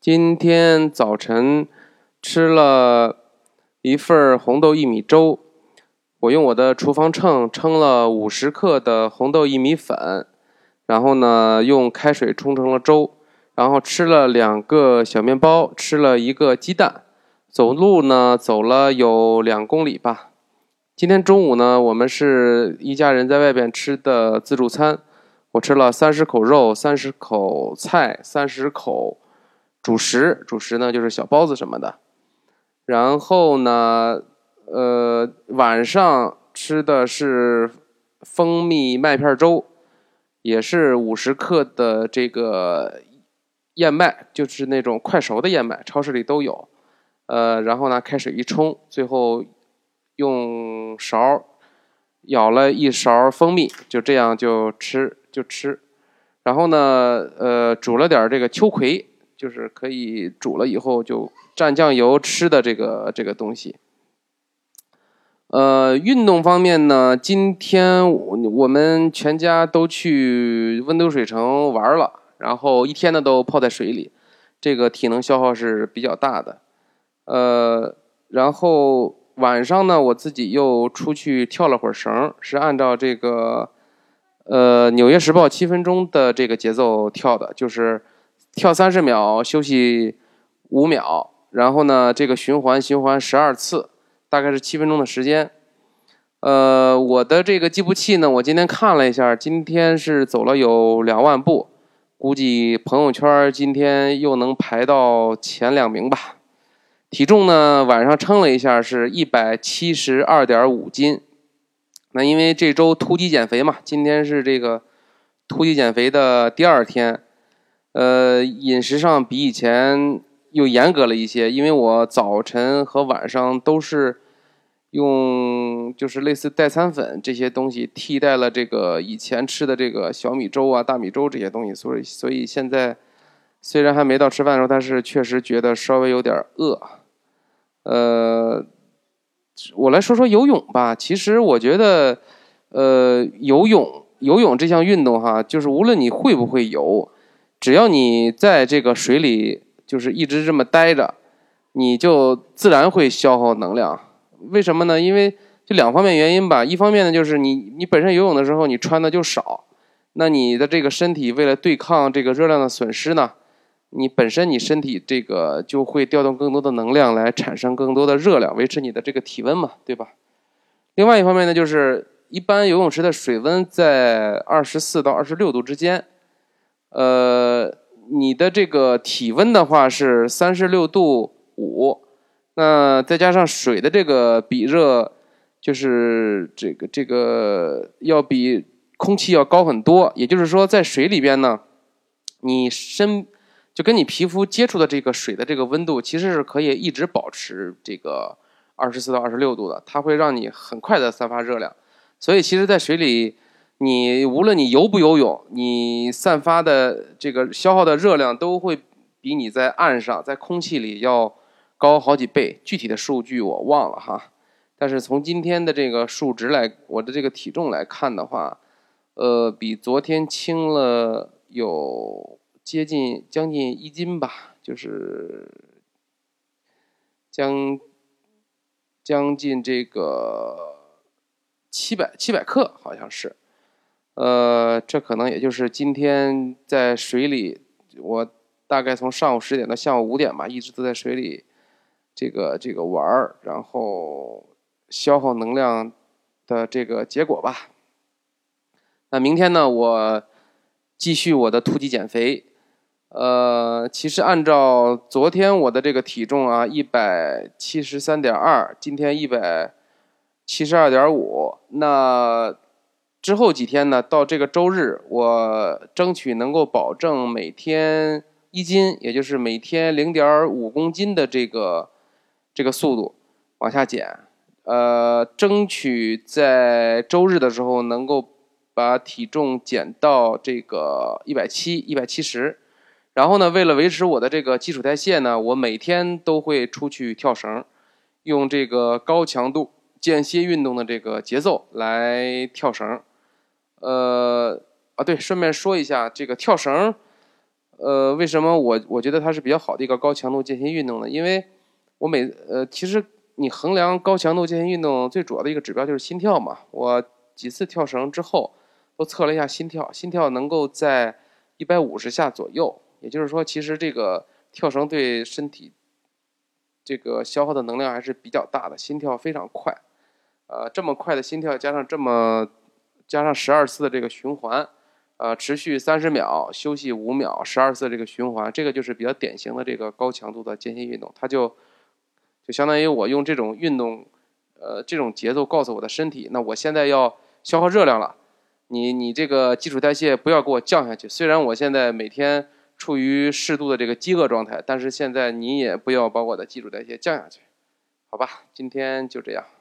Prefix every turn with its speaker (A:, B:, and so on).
A: 今天早晨吃了一份红豆薏米粥，我用我的厨房秤称了50克的红豆薏米粉，然后呢用开水冲成了粥，然后吃了2个小面包，吃了1个鸡蛋，走路呢走了有2公里吧。今天中午呢，我们是一家人在外边吃的自助餐，我吃了30口肉、30口菜、30口主食呢就是小包子什么的。然后呢，晚上吃的是蜂蜜麦片粥，也是50克的这个燕麦，就是那种快熟的燕麦，超市里都有。然后呢，开水一冲，最后用勺舀了1勺蜂蜜，就这样就吃。然后呢，煮了点这个秋葵，就是可以煮了以后就蘸酱油吃的这个东西。运动方面呢，今天我们全家都去温都水城玩了，然后一天呢都泡在水里，这个体能消耗是比较大的。然后晚上呢，我自己又出去跳了会儿绳，是按照这个纽约时报7分钟的这个节奏跳的，就是跳30秒休息5秒，然后呢这个循环12次，大概是7分钟的时间。我的这个计步器呢，我今天看了一下，今天是走了有2万步，估计朋友圈今天又能排到前2名吧。体重呢，晚上称了一下是172.5斤。那因为这周突击减肥嘛，今天是这个突击减肥的第2天，饮食上比以前又严格了一些，因为我早晨和晚上都是用就是类似代餐粉这些东西替代了这个以前吃的这个小米粥啊、大米粥这些东西，所以现在虽然还没到吃饭的时候，但是确实觉得稍微有点饿。我来说说游泳吧。其实我觉得，游泳这项运动哈，就是无论你会不会游，只要你在这个水里就是一直这么待着，你就自然会消耗能量。为什么呢？因为就2方面原因吧。一方面呢，就是你本身游泳的时候你穿的就少，那你的这个身体为了对抗这个热量的损失呢，你本身你身体这个就会调动更多的能量来产生更多的热量，维持你的这个体温嘛，对吧？另外一方面呢，就是一般游泳池的水温在24到26度之间，你的这个体温的话是36度5，那再加上水的这个比热，就是这个要比空气要高很多，也就是说在水里边呢，你就跟你皮肤接触的这个水的这个温度，其实是可以一直保持这个24到26度的，它会让你很快的散发热量。所以其实在水里，你无论你游不游泳，你散发的这个消耗的热量都会比你在岸上在空气里要高好几倍，具体的数据我忘了哈。但是从今天的这个数值我的这个体重来看的话，比昨天轻了有将近1斤吧，就是将近这个700克好像是。这可能也就是今天在水里，我大概从上午10点到下午5点吧，一直都在水里这个玩，然后消耗能量的这个结果吧。那明天呢，我继续我的突击减肥。其实按照昨天我的这个体重啊，173.2，今天172.5，那之后几天呢，到这个周日，我争取能够保证每天1斤，也就是每天0.5公斤的这个速度往下减。争取在周日的时候能够把体重减到这个170。然后呢，为了维持我的这个基础代谢呢，我每天都会出去跳绳，用这个高强度间歇运动的这个节奏来跳绳。对，顺便说一下，这个跳绳， 为什么我觉得它是比较好的一个高强度间歇运动呢？因为其实你衡量高强度间歇运动最主要的一个指标就是心跳嘛。我几次跳绳之后都测了一下心跳，心跳能够在150下左右，也就是说，其实这个跳绳对身体这个消耗的能量还是比较大的，心跳非常快。这么快的心跳加上12次的这个循环，持续30秒，休息5秒，12次这个循环，这个就是比较典型的这个高强度的间歇运动。它就相当于我用这种运动，这种节奏告诉我的身体，那我现在要消耗热量了，你这个基础代谢不要给我降下去。虽然我现在每天处于适度的这个饥饿状态，但是现在你也不要把我的基础代谢降下去，好吧？今天就这样。